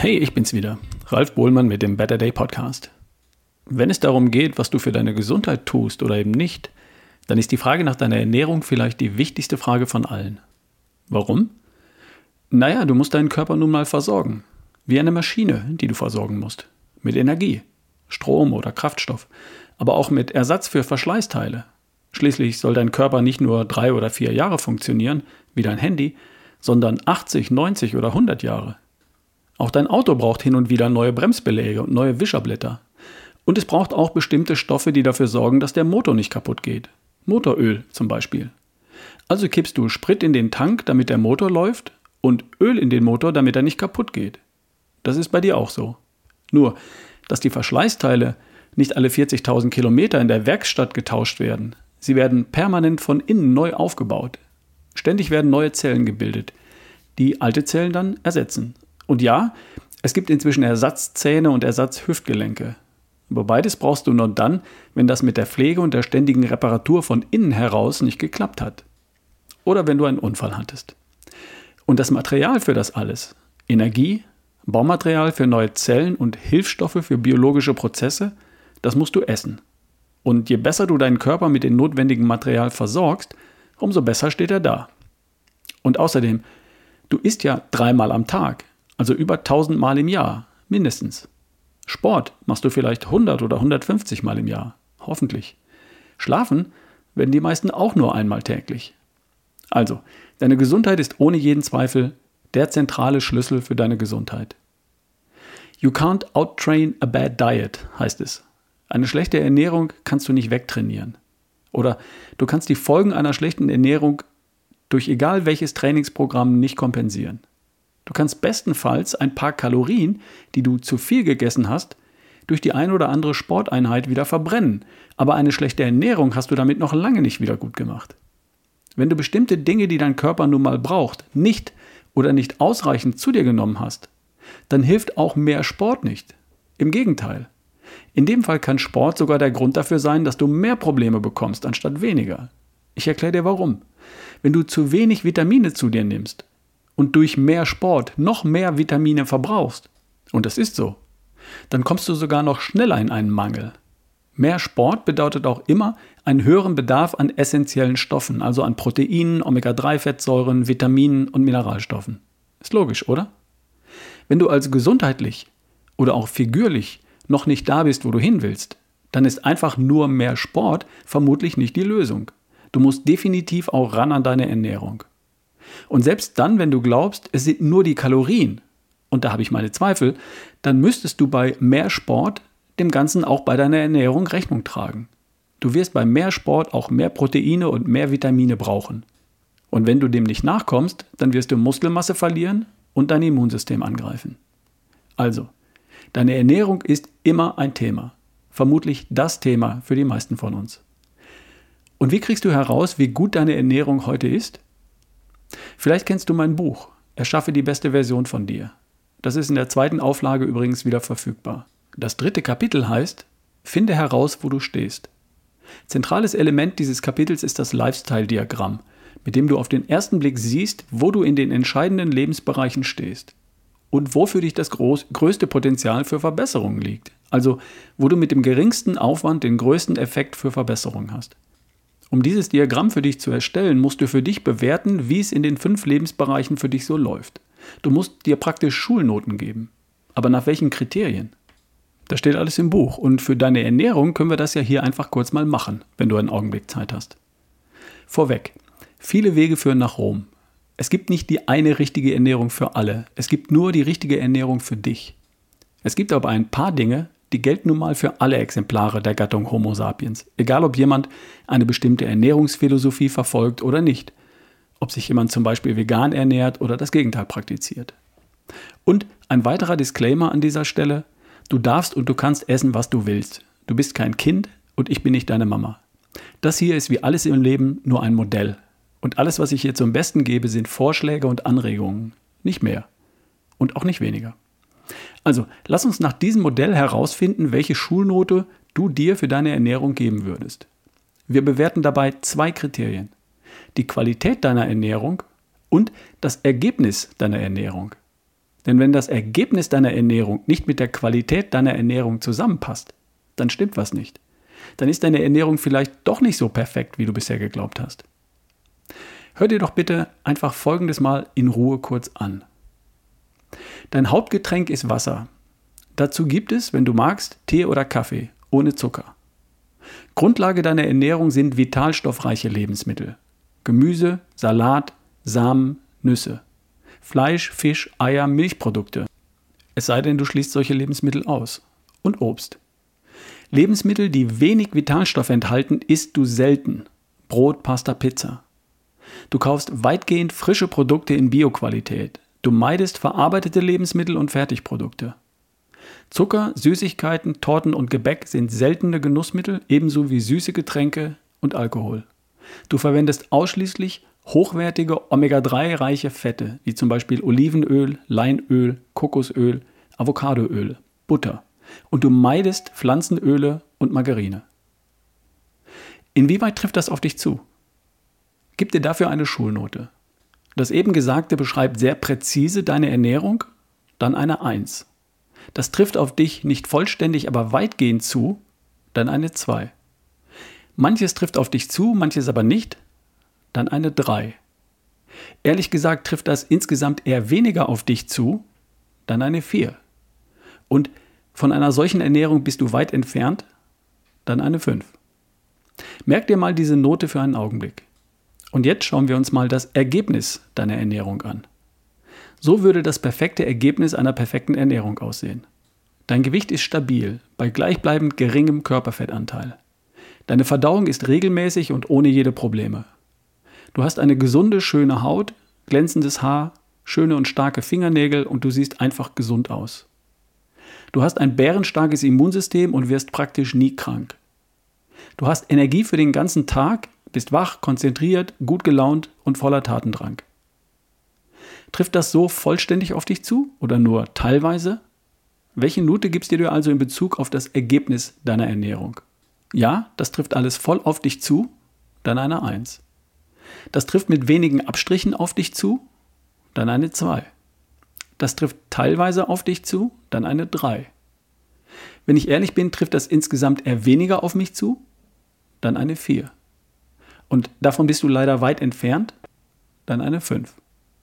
Hey, ich bin's wieder, Ralf Bohlmann mit dem Better Day Podcast. Wenn es darum geht, was du für deine Gesundheit tust oder eben nicht, dann ist die Frage nach deiner Ernährung vielleicht die wichtigste Frage von allen. Warum? Naja, du musst deinen Körper nun mal versorgen. Wie eine Maschine, die du versorgen musst. Mit Energie, Strom oder Kraftstoff, aber auch mit Ersatz für Verschleißteile. Schließlich soll dein Körper nicht nur 3 oder 4 Jahre funktionieren, wie dein Handy, sondern 80, 90 oder 100 Jahre. Auch dein Auto braucht hin und wieder neue Bremsbeläge und neue Wischerblätter. Und es braucht auch bestimmte Stoffe, die dafür sorgen, dass der Motor nicht kaputt geht. Motoröl zum Beispiel. Also kippst du Sprit in den Tank, damit der Motor läuft, und Öl in den Motor, damit er nicht kaputt geht. Das ist bei dir auch so. Nur, dass die Verschleißteile nicht alle 40.000 Kilometer in der Werkstatt getauscht werden. Sie werden permanent von innen neu aufgebaut. Ständig werden neue Zellen gebildet, die alte Zellen dann ersetzen. Und ja, es gibt inzwischen Ersatzzähne und Ersatzhüftgelenke. Aber beides brauchst du nur dann, wenn das mit der Pflege und der ständigen Reparatur von innen heraus nicht geklappt hat. Oder wenn du einen Unfall hattest. Und das Material für das alles, Energie, Baumaterial für neue Zellen und Hilfsstoffe für biologische Prozesse, das musst du essen. Und je besser du deinen Körper mit dem notwendigen Material versorgst, umso besser steht er da. Und außerdem, du isst ja 3-mal am Tag. Also über 1000 Mal im Jahr, mindestens. Sport machst du vielleicht 100 oder 150 Mal im Jahr, hoffentlich. Schlafen werden die meisten auch nur einmal täglich. Also, deine Gesundheit ist ohne jeden Zweifel der zentrale Schlüssel für deine Gesundheit. You can't outtrain a bad diet, heißt es. Eine schlechte Ernährung kannst du nicht wegtrainieren. Oder du kannst die Folgen einer schlechten Ernährung durch egal welches Trainingsprogramm nicht kompensieren. Du kannst bestenfalls ein paar Kalorien, die du zu viel gegessen hast, durch die ein oder andere Sporteinheit wieder verbrennen. Aber eine schlechte Ernährung hast du damit noch lange nicht wieder gut gemacht. Wenn du bestimmte Dinge, die dein Körper nun mal braucht, nicht oder nicht ausreichend zu dir genommen hast, dann hilft auch mehr Sport nicht. Im Gegenteil. In dem Fall kann Sport sogar der Grund dafür sein, dass du mehr Probleme bekommst, anstatt weniger. Ich erkläre dir warum. Wenn du zu wenig Vitamine zu dir nimmst, und durch mehr Sport noch mehr Vitamine verbrauchst, und das ist so, dann kommst du sogar noch schneller in einen Mangel. Mehr Sport bedeutet auch immer einen höheren Bedarf an essentiellen Stoffen, also an Proteinen, Omega-3-Fettsäuren, Vitaminen und Mineralstoffen. Ist logisch, oder? Wenn du also gesundheitlich oder auch figürlich noch nicht da bist, wo du hin willst, dann ist einfach nur mehr Sport vermutlich nicht die Lösung. Du musst definitiv auch ran an deine Ernährung. Und selbst dann, wenn du glaubst, es sind nur die Kalorien, und da habe ich meine Zweifel, dann müsstest du bei mehr Sport dem Ganzen auch bei deiner Ernährung Rechnung tragen. Du wirst bei mehr Sport auch mehr Proteine und mehr Vitamine brauchen. Und wenn du dem nicht nachkommst, dann wirst du Muskelmasse verlieren und dein Immunsystem angreifen. Also, deine Ernährung ist immer ein Thema. Vermutlich das Thema für die meisten von uns. Und wie kriegst du heraus, wie gut deine Ernährung heute ist? Vielleicht kennst du mein Buch, Erschaffe die beste Version von dir. Das ist in der 2. Auflage übrigens wieder verfügbar. Das 3. Kapitel heißt, finde heraus, wo du stehst. Zentrales Element dieses Kapitels ist das Lifestyle-Diagramm, mit dem du auf den ersten Blick siehst, wo du in den entscheidenden Lebensbereichen stehst und wo für dich das größte Potenzial für Verbesserungen liegt. Also, wo du mit dem geringsten Aufwand den größten Effekt für Verbesserungen hast. Um dieses Diagramm für dich zu erstellen, musst du für dich bewerten, wie es in den 5 Lebensbereichen für dich so läuft. Du musst dir praktisch Schulnoten geben. Aber nach welchen Kriterien? Das steht alles im Buch. Und für deine Ernährung können wir das ja hier einfach kurz mal machen, wenn du einen Augenblick Zeit hast. Vorweg, viele Wege führen nach Rom. Es gibt nicht die eine richtige Ernährung für alle. Es gibt nur die richtige Ernährung für dich. Es gibt aber ein paar Dinge, die gelten nun mal für alle Exemplare der Gattung Homo sapiens. Egal, ob jemand eine bestimmte Ernährungsphilosophie verfolgt oder nicht. Ob sich jemand zum Beispiel vegan ernährt oder das Gegenteil praktiziert. Und ein weiterer Disclaimer an dieser Stelle. Du darfst und du kannst essen, was du willst. Du bist kein Kind und ich bin nicht deine Mama. Das hier ist wie alles im Leben nur ein Modell. Und alles, was ich hier zum Besten gebe, sind Vorschläge und Anregungen. Nicht mehr. Und auch nicht weniger. Also, lass uns nach diesem Modell herausfinden, welche Schulnote du dir für deine Ernährung geben würdest. Wir bewerten dabei 2 Kriterien. Die Qualität deiner Ernährung und das Ergebnis deiner Ernährung. Denn wenn das Ergebnis deiner Ernährung nicht mit der Qualität deiner Ernährung zusammenpasst, dann stimmt was nicht. Dann ist deine Ernährung vielleicht doch nicht so perfekt, wie du bisher geglaubt hast. Hör dir doch bitte einfach Folgendes mal in Ruhe kurz an. Dein Hauptgetränk ist Wasser. Dazu gibt es, wenn du magst, Tee oder Kaffee, ohne Zucker. Grundlage deiner Ernährung sind vitalstoffreiche Lebensmittel. Gemüse, Salat, Samen, Nüsse. Fleisch, Fisch, Eier, Milchprodukte. Es sei denn, du schließt solche Lebensmittel aus. Und Obst. Lebensmittel, die wenig Vitalstoffe enthalten, isst du selten. Brot, Pasta, Pizza. Du kaufst weitgehend frische Produkte in Bioqualität. Du meidest verarbeitete Lebensmittel und Fertigprodukte. Zucker, Süßigkeiten, Torten und Gebäck sind seltene Genussmittel, ebenso wie süße Getränke und Alkohol. Du verwendest ausschließlich hochwertige Omega-3-reiche Fette, wie zum Beispiel Olivenöl, Leinöl, Kokosöl, Avocadoöl, Butter. Und du meidest Pflanzenöle und Margarine. Inwieweit trifft das auf dich zu? Gib dir dafür eine Schulnote. Das eben Gesagte beschreibt sehr präzise deine Ernährung, dann eine 1. Das trifft auf dich nicht vollständig, aber weitgehend zu, dann eine 2. Manches trifft auf dich zu, manches aber nicht, dann eine 3. Ehrlich gesagt trifft das insgesamt eher weniger auf dich zu, dann eine 4. Und von einer solchen Ernährung bist du weit entfernt, dann eine 5. Merk dir mal diese Note für einen Augenblick. Und jetzt schauen wir uns mal das Ergebnis deiner Ernährung an. So würde das perfekte Ergebnis einer perfekten Ernährung aussehen. Dein Gewicht ist stabil, bei gleichbleibend geringem Körperfettanteil. Deine Verdauung ist regelmäßig und ohne jede Probleme. Du hast eine gesunde, schöne Haut, glänzendes Haar, schöne und starke Fingernägel und du siehst einfach gesund aus. Du hast ein bärenstarkes Immunsystem und wirst praktisch nie krank. Du hast Energie für den ganzen Tag, bist wach, konzentriert, gut gelaunt und voller Tatendrang. Trifft das so vollständig auf dich zu oder nur teilweise? Welche Note gibst du dir also in Bezug auf das Ergebnis deiner Ernährung? Ja, das trifft alles voll auf dich zu, dann eine 1. Das trifft mit wenigen Abstrichen auf dich zu, dann eine 2. Das trifft teilweise auf dich zu, dann eine 3. Wenn ich ehrlich bin, trifft das insgesamt eher weniger auf mich zu, dann eine 4. Und davon bist du leider weit entfernt, dann eine 5.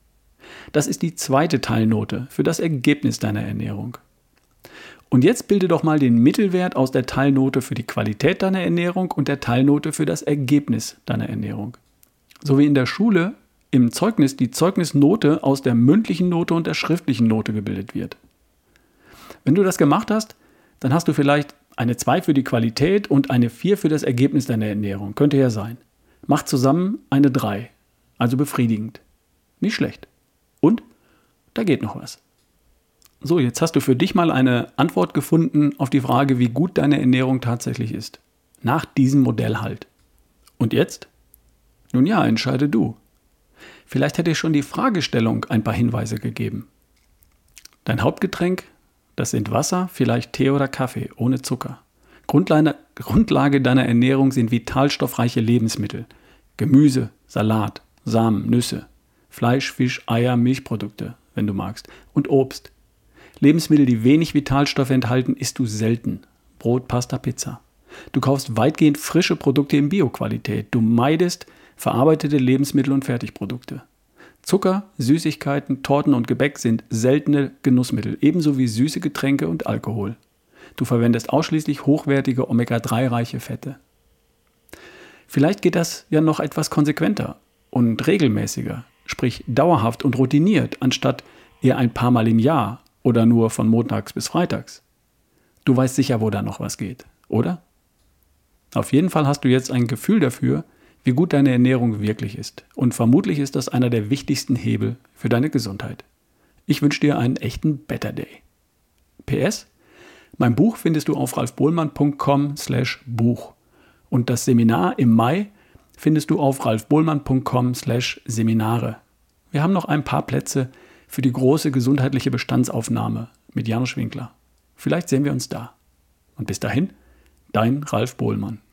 Das ist die zweite Teilnote für das Ergebnis deiner Ernährung. Und jetzt bilde doch mal den Mittelwert aus der Teilnote für die Qualität deiner Ernährung und der Teilnote für das Ergebnis deiner Ernährung. So wie in der Schule im Zeugnis die Zeugnisnote aus der mündlichen Note und der schriftlichen Note gebildet wird. Wenn du das gemacht hast, dann hast du vielleicht eine 2 für die Qualität und eine 4 für das Ergebnis deiner Ernährung. Könnte ja sein. Macht zusammen eine 3, also befriedigend. Nicht schlecht. Und da geht noch was. So, jetzt hast du für dich mal eine Antwort gefunden auf die Frage, wie gut deine Ernährung tatsächlich ist. Nach diesem Modell halt. Und jetzt? Nun ja, entscheide du. Vielleicht hätte ich schon die Fragestellung ein paar Hinweise gegeben. Dein Hauptgetränk, das sind Wasser, vielleicht Tee oder Kaffee, ohne Zucker. Grundlage deiner Ernährung sind vitalstoffreiche Lebensmittel. Gemüse, Salat, Samen, Nüsse, Fleisch, Fisch, Eier, Milchprodukte, wenn du magst, und Obst. Lebensmittel, die wenig Vitalstoffe enthalten, isst du selten. Brot, Pasta, Pizza. Du kaufst weitgehend frische Produkte in Bioqualität. Du meidest verarbeitete Lebensmittel und Fertigprodukte. Zucker, Süßigkeiten, Torten und Gebäck sind seltene Genussmittel, ebenso wie süße Getränke und Alkohol. Du verwendest ausschließlich hochwertige Omega-3-reiche Fette. Vielleicht geht das ja noch etwas konsequenter und regelmäßiger, sprich dauerhaft und routiniert, anstatt eher ein paar Mal im Jahr oder nur von montags bis freitags. Du weißt sicher, wo da noch was geht, oder? Auf jeden Fall hast du jetzt ein Gefühl dafür, wie gut deine Ernährung wirklich ist. Und vermutlich ist das einer der wichtigsten Hebel für deine Gesundheit. Ich wünsche dir einen echten Better Day. PS: Mein Buch findest du auf ralfbohlmann.com/Buch. Und das Seminar im Mai findest du auf ralfbohlmann.com/Seminare. Wir haben noch ein paar Plätze für die große gesundheitliche Bestandsaufnahme mit Janusz Winkler. Vielleicht sehen wir uns da. Und bis dahin, dein Ralf Bohlmann.